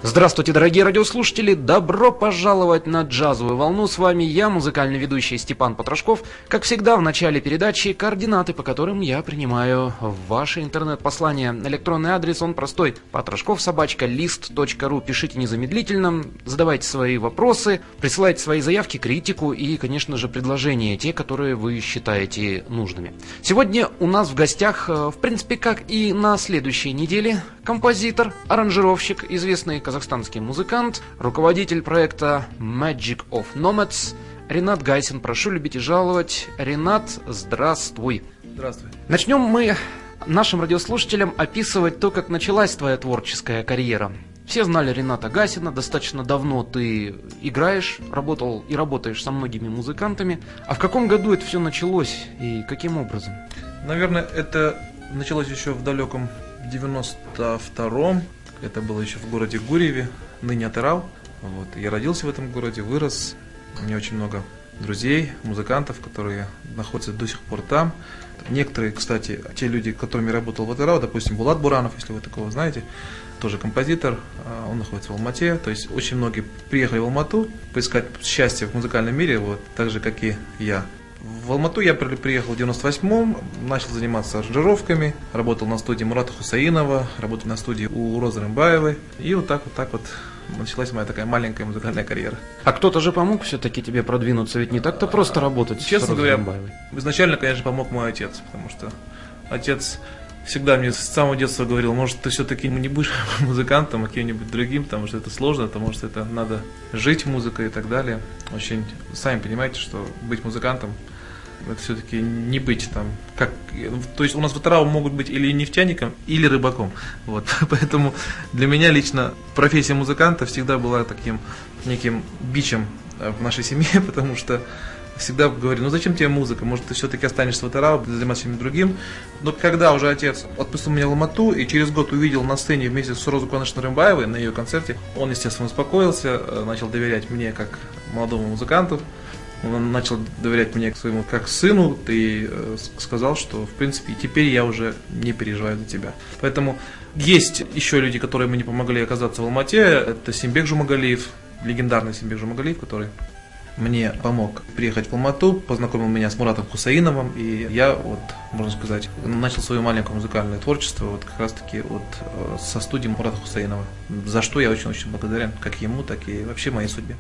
Здравствуйте, дорогие радиослушатели! Добро пожаловать на джазовую волну. С вами я, музыкальный ведущий Степан Потрошков. Как всегда, в начале передачи координаты, по которым я принимаю ваши интернет-послания. Электронный адрес, он простой: потрошков@list.ru. Пишите незамедлительно, задавайте свои вопросы, присылайте свои заявки, критику и, конечно же, предложения, те, которые вы считаете нужными. Сегодня у нас в гостях, в принципе, как и на следующей неделе, композитор, аранжировщик, известный казахстанский музыкант, руководитель проекта Magic of Nomads Ренат Гайсин. Прошу любить и жаловать. Ренат, здравствуй. Здравствуй. Начнем мы нашим радиослушателям описывать то, как началась твоя творческая карьера. Все знали Рената Гайсина, достаточно давно ты играешь, работал и работаешь со многими музыкантами. А в каком году это все началось и каким образом? Наверное, это началось еще в далеком 92-м. Это было еще в городе Гурьеве, ныне Атырау. Вот. Я родился в этом городе, вырос. У меня очень много друзей, музыкантов, которые находятся до сих пор там. Некоторые, кстати, те люди, с которыми я работал в Атырау, допустим, Булат Буранов, если вы такого знаете, тоже композитор, он находится в Алмате. То есть очень многие приехали в Алмату поискать счастье в музыкальном мире, вот, так же, как и я. В Алмату я приехал в 98-м, начал заниматься аранжировками, работал на студии Мурата Хусаинова, работал на студии у Розы Рымбаевой. И вот так вот началась моя такая маленькая музыкальная карьера. А кто-то же помог все-таки тебе продвинуться, ведь не так-то просто работать честно с Розой говоря, Рымбаевой. Изначально, конечно, помог мой отец, потому что отец всегда мне с самого детства говорил: может, ты все-таки не будешь музыкантом, а кем-нибудь другим, потому что это сложно, потому что это надо жить музыкой и так далее. Очень, сами понимаете, что быть музыкантом — это все-таки не быть там, как, то есть у нас в Атырау могут быть или нефтяником, или рыбаком. Вот. Поэтому для меня лично профессия музыканта всегда была таким неким бичем в нашей семье, потому что всегда говорю: ну зачем тебе музыка, может ты все-таки останешься в Атырау, заниматься чем-то другим. Но когда уже отец отпустил меня в Алмату и через год увидел на сцене вместе с Розой Куанышевной Рымбаевой на ее концерте, он, естественно, успокоился, начал доверять мне как молодому музыканту. Он начал доверять мне своему как сыну и сказал, что в принципе теперь я уже не переживаю за тебя. Поэтому есть еще люди, которые мне помогли оказаться в Алмате. Это Симбек Жумагалиев, легендарный Симбек Жумагалиев, который мне помог приехать в Алмату, познакомил меня с Муратом Хусаиновым, и я, вот, можно сказать, начал свое маленькое музыкальное творчество вот как раз таки вот со студии Мурата Хусаинова, за что я очень-очень благодарен как ему, так и вообще моей судьбе.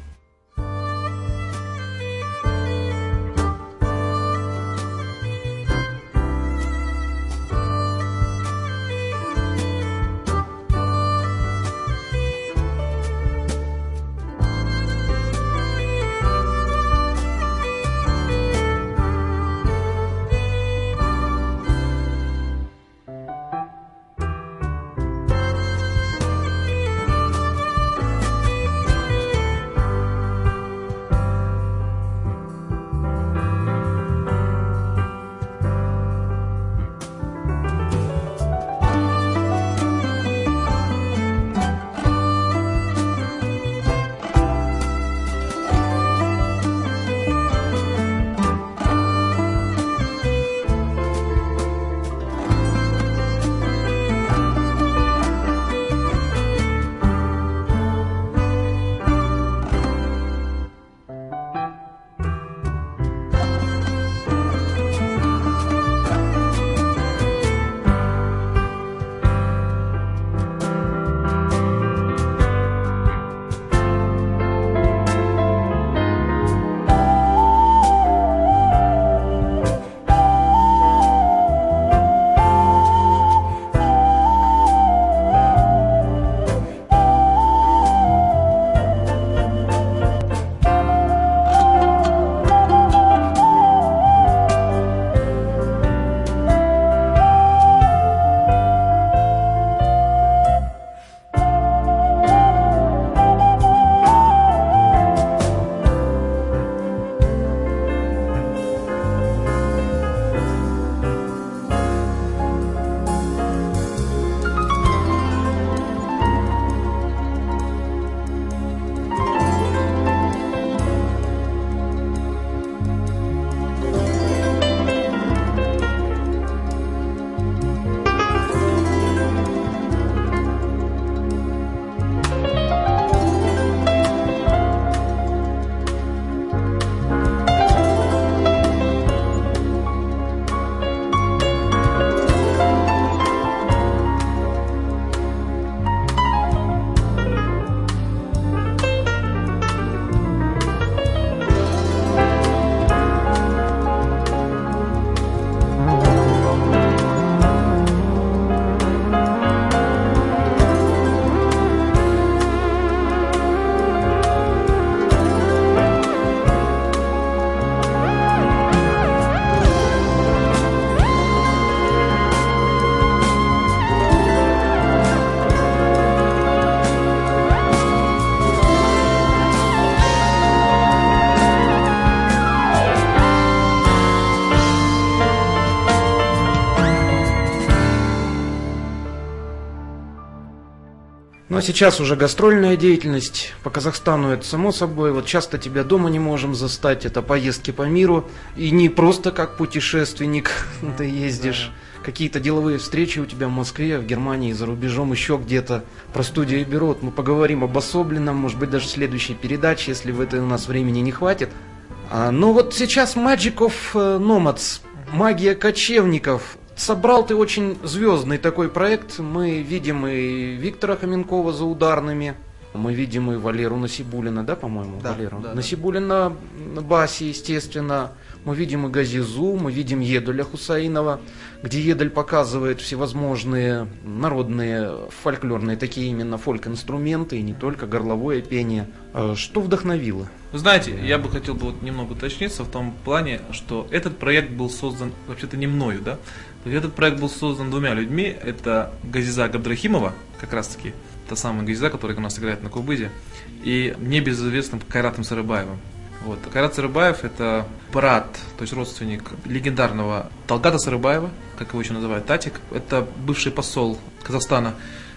Ну а сейчас уже гастрольная деятельность по Казахстану, это само собой. Вот часто тебя дома не можем застать, это поездки по миру. И не просто как путешественник ты ездишь. Какие-то деловые встречи у тебя в Москве, в Германии, за рубежом, еще где-то. Про студию Берот мы поговорим обособленно, может быть даже в следующей передаче, если в этой у нас времени не хватит. Но вот сейчас Magic of Nomads, магия кочевников. Собрал ты очень звездный такой проект. Мы видим и Виктора Хоменкова за ударными. Мы видим и Валеру Насибуллина, да, по-моему? Да, Валеру. да, Насибуллина на басе, естественно. Мы видим и Газизу, мы видим Едуля Хусаинова, где Едуль показывает всевозможные народные, фольклорные, такие именно фольк-инструменты, и не только горловое пение. Что вдохновило? Вы знаете, я бы хотел вот немного уточниться в том плане, что этот проект был создан вообще-то не мною, да? То есть этот проект был создан двумя людьми. Это Газиза Габдрахимова, как раз таки, та самая Газиза, которая у нас играет на кубызе, и небезызвестным Кайратом Сарыбаевым. Вот. Кайрат Сарыбаев — это брат, то есть родственник легендарного Талгата Сарыбаева, как его еще называют, Татик. Это бывший посол Казахстана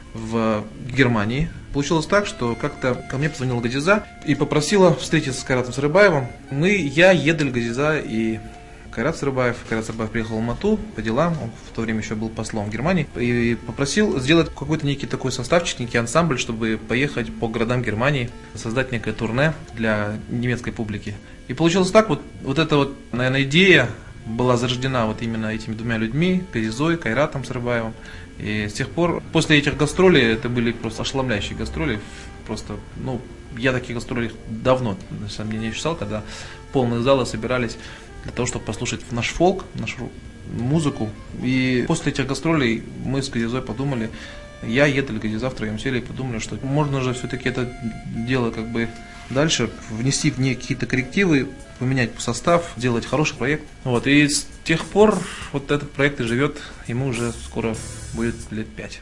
в Германии. Получилось так, что как-то ко мне позвонила Газиза и попросила встретиться с Кайратом Сарыбаевым. Я, Едуль, Газиза и Кайрат Сарыбаев. Кайрат Сарыбаев приехал в Алмату по делам, он в то время еще был послом в Германии, и попросил сделать какой-то некий такой составчик, некий ансамбль, чтобы поехать по городам Германии, создать некое турне для немецкой публики. И получилось так, вот эта вот, наверное, идея была зарождена вот именно этими двумя людьми, Газизой, Кайратом Сарыбаевым. И с тех пор, после этих гастролей, это были просто ошеломляющие гастроли, просто, я таких гастролей давно, на самом деле, не ощущал, когда полные залы собирались для того, чтобы послушать наш фолк, нашу музыку. И после этих гастролей мы с Газизой подумали, я, Едуль, Газиза втроем сели и подумали, что можно же все-таки это дело как бы дальше внести в нее какие-то коррективы, поменять состав, сделать хороший проект. Вот. И с тех пор вот этот проект и живет, ему уже скоро будет лет 5.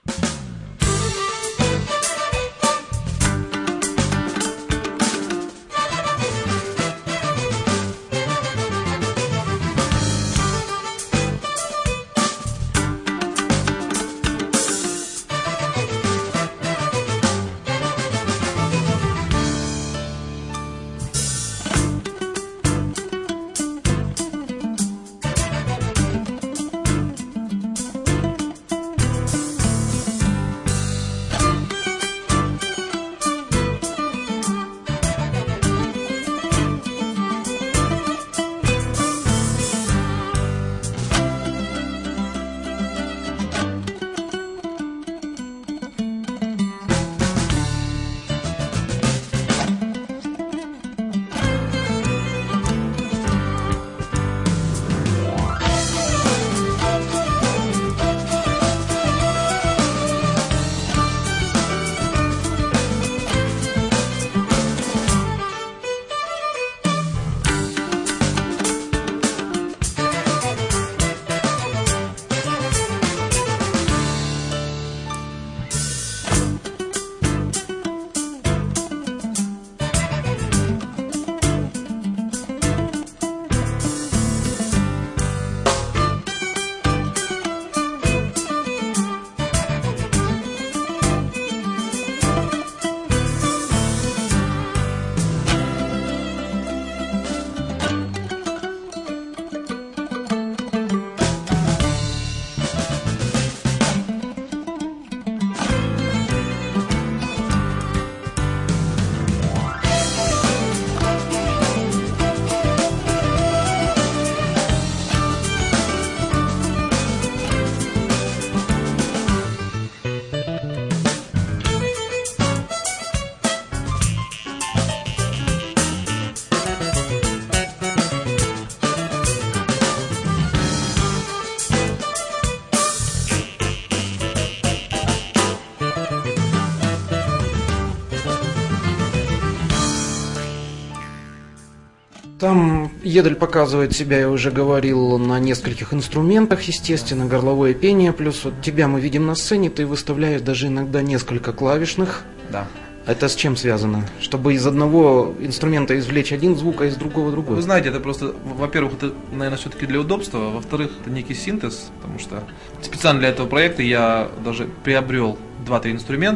Там Едуль показывает себя, я уже говорил, на нескольких инструментах, естественно, горловое пение, плюс вот тебя мы видим на сцене, ты выставляешь даже иногда несколько клавишных. Да. Это с чем связано? Чтобы из одного инструмента извлечь один звук, а из другого другой? Вы знаете, это просто, во-первых, это, наверное, все-таки для удобства, во-вторых, это некий синтез, потому что специально для этого проекта я даже приобрел 2-3 инструмента.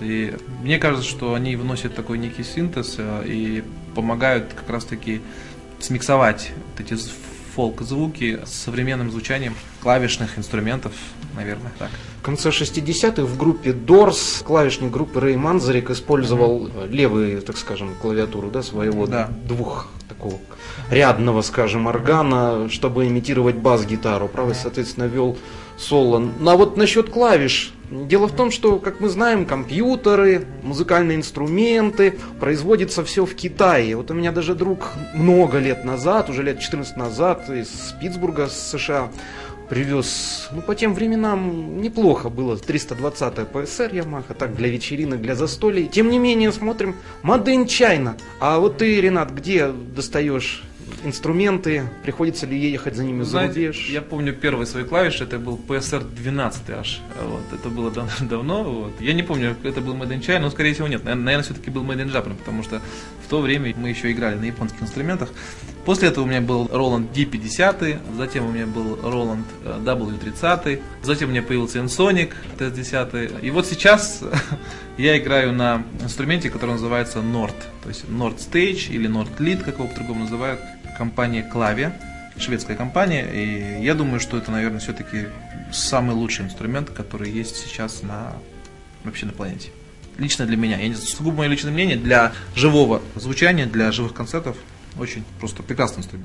И мне кажется, что они вносят такой некий синтез и помогают как раз-таки смиксовать вот эти фолк-звуки с современным звучанием клавишных инструментов, наверное, так. В конце 60-х в группе Doors клавишник группы Рэй Манзарик использовал левую, так скажем, клавиатуру, да, своего двух такого рядного, скажем, органа, чтобы имитировать бас-гитару. Правый, соответственно, вел соло. Ну, а вот насчет клавиш. Дело в том, что, как мы знаем, компьютеры, музыкальные инструменты, производится все в Китае. Вот у меня даже друг много лет назад, уже лет 14 назад, из Питтсбурга, с США, привез, ну, по тем временам неплохо было, 320-я PSR Yamaha, так, для вечеринок, для застолий. Тем не менее, смотрим, Made in China. А вот ты, Ренат, где достаешь инструменты, приходится ли ехать за ними за рубеж? Я помню первые свои клавиши, это был PSR 12 аж, вот, это было давно, вот. Я не помню, это был Made in China, но скорее всего нет, наверное, все-таки был Made in Japan, потому что в то время мы еще играли на японских инструментах. После этого у меня был Roland D50, затем у меня был Roland W30, затем у меня появился Ensoniq TS10, и вот сейчас я играю на инструменте, который называется Nord, то есть Nord Stage или Nord Lead, как его по-другому называют, компания Klaviyo, шведская компания, и я думаю, что это, наверное, все-таки самый лучший инструмент, который есть сейчас вообще на планете. Лично для меня, сугубо мое личное мнение, для живого звучания, для живых концертов, очень просто прекрасный инструмент.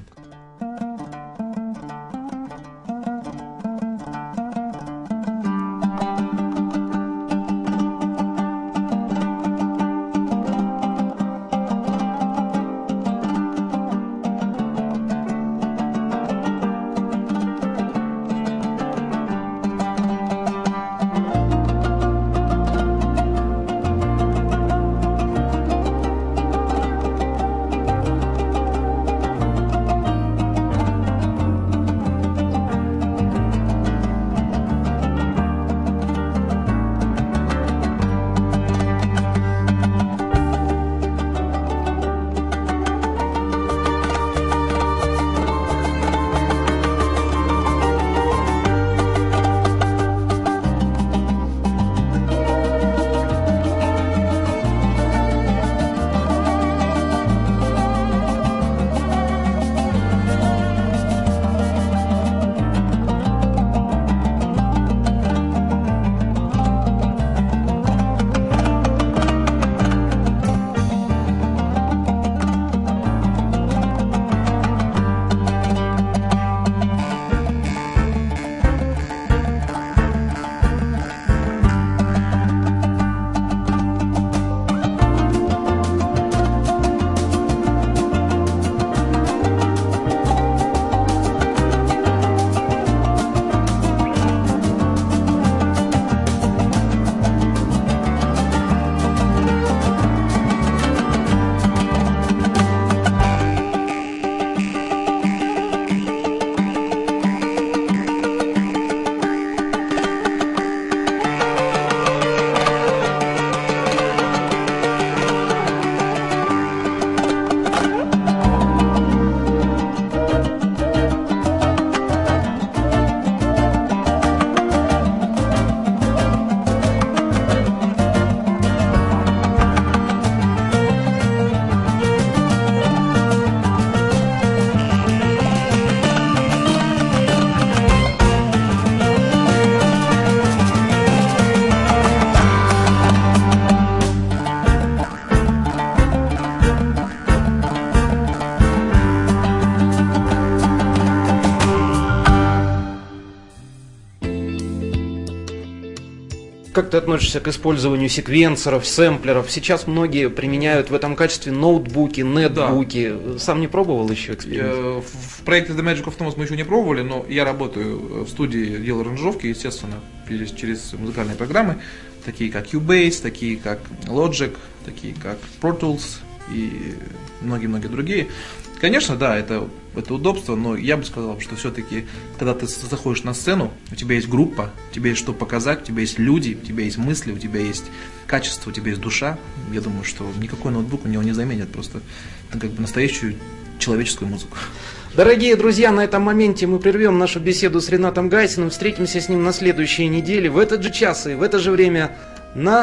Как ты относишься к использованию секвенсоров, сэмплеров? Сейчас многие применяют в этом качестве ноутбуки, нетбуки. Да. Сам не пробовал еще эксперимент? В проекте The Magic of Thomas мы еще не пробовали, но я работаю в студии, делаю аранжировки, естественно, через музыкальные программы, такие как Cubase, такие как Logic, такие как Pro Tools и многие-многие другие. Конечно, да, это удобство, но я бы сказал, что все-таки, когда ты заходишь на сцену, у тебя есть группа, у тебя есть что показать, у тебя есть люди, у тебя есть мысли, у тебя есть качество, у тебя есть душа. Я думаю, что никакой ноутбук у него не заменит просто как бы настоящую человеческую музыку. Дорогие друзья, на этом моменте мы прервем нашу беседу с Ренатом Гайсиным. Встретимся с ним на следующей неделе, в этот же час и в это же время на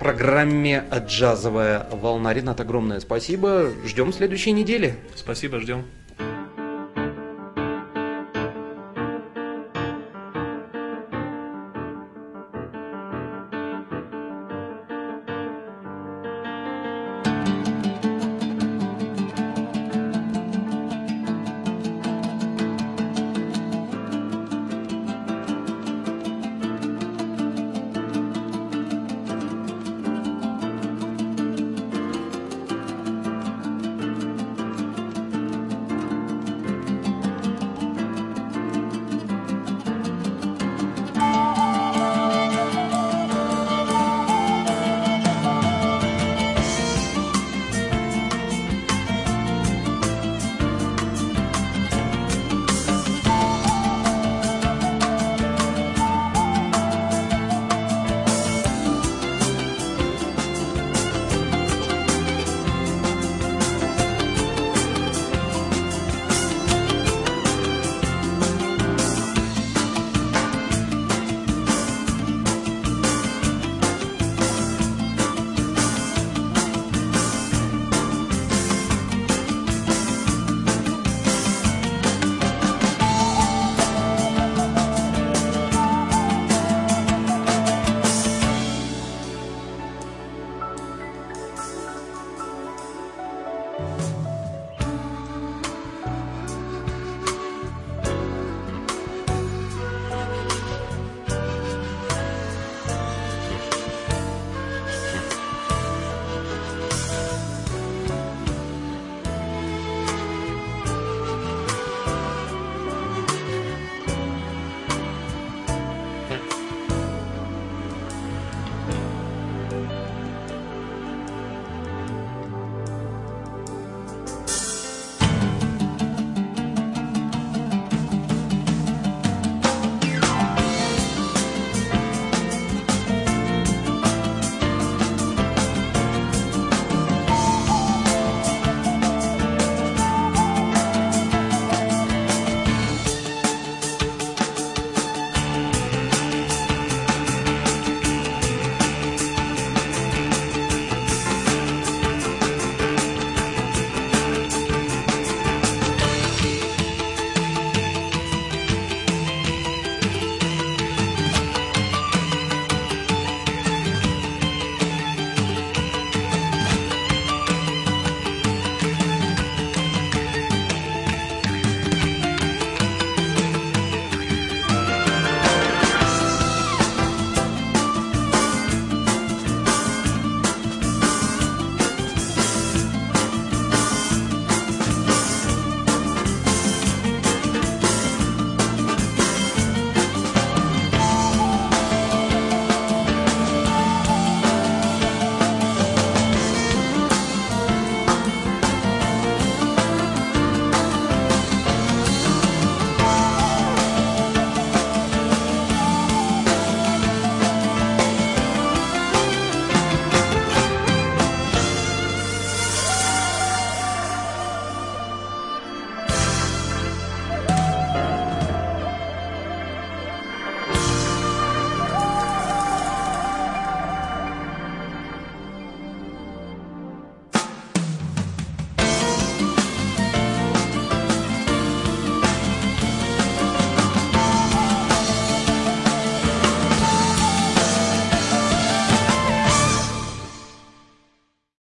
программе «Джазовая волна». Ренат, огромное спасибо. Ждем следующей недели. Спасибо, ждем.